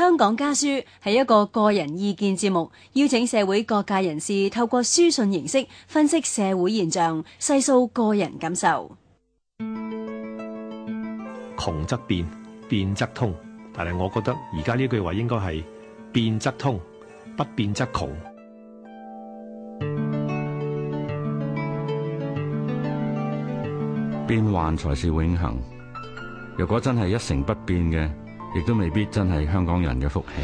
香港家書係一個個人意見節目，邀請社會各界人士透過書信形式分析社會現象，細數個人感受。 窮則變，變則通，但係我覺得而家呢句話應該係變則通，不變則窮。 變幻才是永恆。若果真係一成不變嘅，亦都未必真係香港人嘅福氣。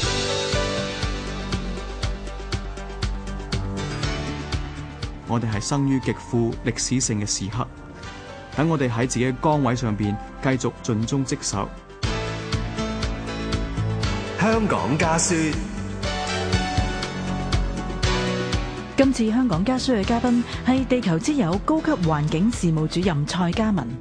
我哋係生於極富歷史性嘅時刻，等我哋喺自己嘅崗位上邊繼續盡忠職守。 香港家書。 今次香港家書嘅嘉賓係地球之友高級環境事務主任蔡嘉文。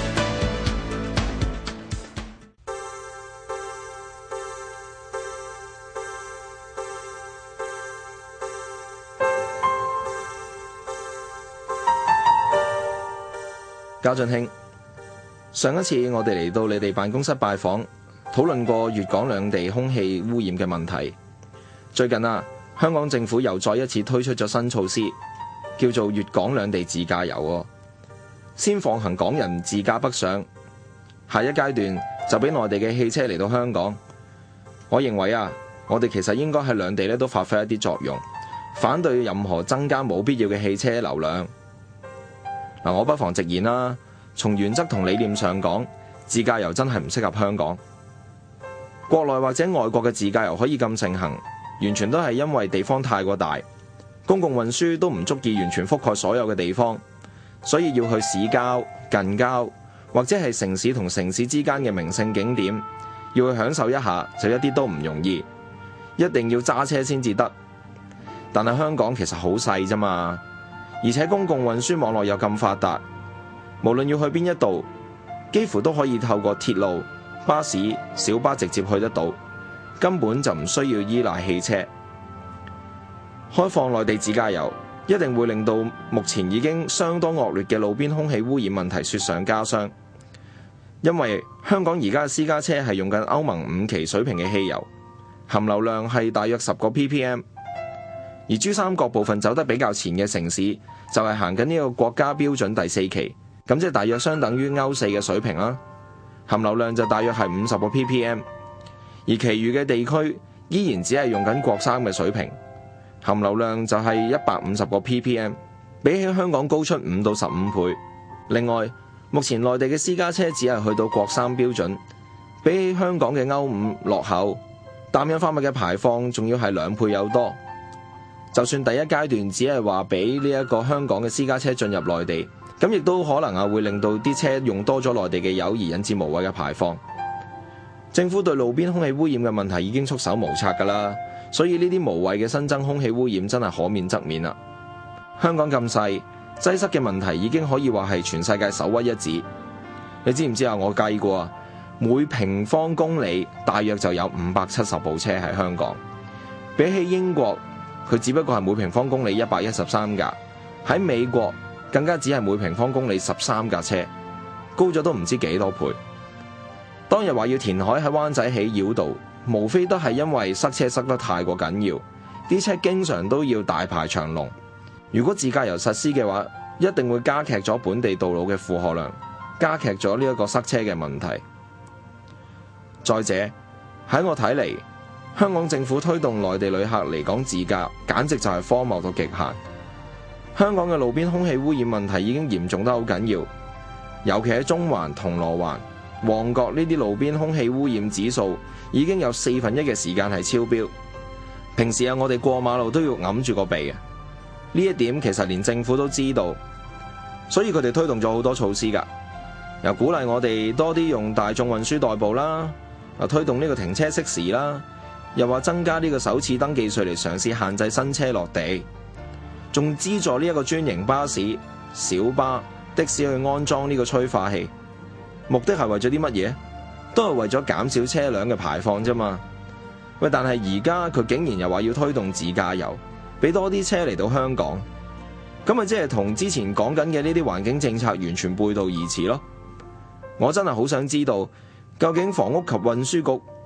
家俊兄，上一次我哋嚟到你哋辦公室拜訪，討論過粵港兩地空氣污染嘅問題。最近香港政府又再一次推出咗新措施，叫做粵港兩地自駕遊。先放行港人自駕北上，下一階段就俾內地嘅汽車嚟到香港。我認為我哋其實應該喺兩地都發揮一啲作用，反對任何增加冇必要嘅汽車流量。我不妨直言啦，從原則同理念上講，自駕遊真係唔適合香港。國內或者外國嘅自駕遊可以咁盛行，完全都係因為地方太過大，公共運輸都唔足以完全覆蓋所有嘅地方，所以要去市郊、近郊或者係城市同城市之間嘅名勝景點，要去享受一下就一啲都唔容易，一定要揸車先至得。但係香港其實好細啫嘛，而且公共運輸網絡又咁發達，無論要去邊一度，幾乎都可以透過鐵路、巴士、小巴直接去得到，根本就唔需要依賴汽車。開放內地自駕遊一定會令到目前已經相當惡劣嘅路邊空氣污染問題雪上加霜，因為香港而家嘅私家車係用緊歐盟5期水平嘅汽油，含硫量係大約10個 ppm， 而珠三角部分走得比較前嘅城市就係行緊呢個國家標準第4期，咁即係大約相等於歐4嘅水平啦，含硫量就大約係50個 ppm， 而其餘嘅地區依然只係用緊國3嘅水平，含硫量就係150個 ppm， 比起香港高出5到15倍。另外，目前內地嘅私家車只係去到國3標準，比起香港嘅歐5落後，氮氧化物嘅排放仲要係2倍有多。就算第一階段只係話俾呢一個香港嘅私家車進入內地，咁亦都可能會令到啲車用多咗內地嘅油而引致無謂嘅排放。政府對路邊空氣污染嘅問題已經束手無策㗎啦，所以呢啲無謂嘅新增空氣污染真係可免則免啦。香港咁細，擠塞嘅問題已經可以話係全世界首屈一指。你知唔知我計過每平方公里大約就有570部車喺香港，比起英國，佢只不過係每平方公里113架，喺美國更加只係每平方公里13架車，高咗都唔知幾多倍。當日話要填海喺灣仔起繞道，無非都係因為塞車塞得太過緊要，啲車經常都要大排長龍。如果自駕遊實施嘅話，一定會加劇咗本地道路嘅負荷量，加劇咗呢一個塞車嘅問題。再者，喺我睇嚟，香港政府推動內地旅客嚟港自駕，簡直就係荒謬到極限。香港嘅路邊空氣污染問題已經嚴重得好緊要，尤其喺中環、銅鑼灣、旺角呢啲路邊空氣污染指數已經有1/4嘅時間係超標。平時我哋過馬路都要揞住個鼻嘅，呢一點其實連政府都知道，所以佢哋推動咗好多措施㗎，又鼓勵我哋多啲用大眾運輸代步啦，又推動呢個停車熄匙啦，又話增加呢個首次登記稅嚟嘗試限制新車落地，仲資助呢一個專營巴士、小巴、的士去安裝呢個催化器，目的係為咗啲乜嘢？都係為咗減少車輛嘅排放啫嘛。喂，但係而家佢竟然又話要推動自駕遊，俾多啲車嚟到香港，咁咪即係同之前講緊嘅呢啲環境政策完全背道而馳咯。我真係好想知道，究竟房屋及運輸局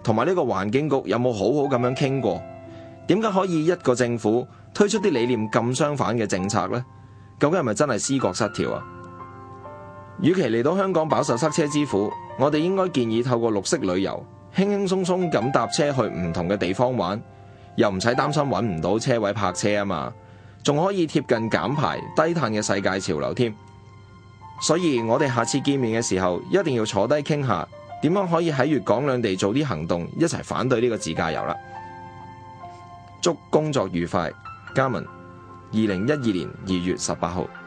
同埋呢個環境局有冇好好咁樣傾過？點解可以一個政府推出啲理念咁相反嘅政策呢？究竟係咪真係思覺失調啊？與其嚟到香港飽受塞車之苦，我哋應該建議透過綠色旅遊，輕輕鬆鬆咁搭車去唔同嘅地方玩，又唔使擔心揾唔到車位泊車啊嘛，仲可以貼近減排低碳嘅世界潮流添。所以我哋下次見面嘅時候，一定要坐低傾下，點樣可以喺粵港兩地做啲行動，一齊反對呢個自駕遊啦。祝工作愉快，嘉文，2012年2月18號。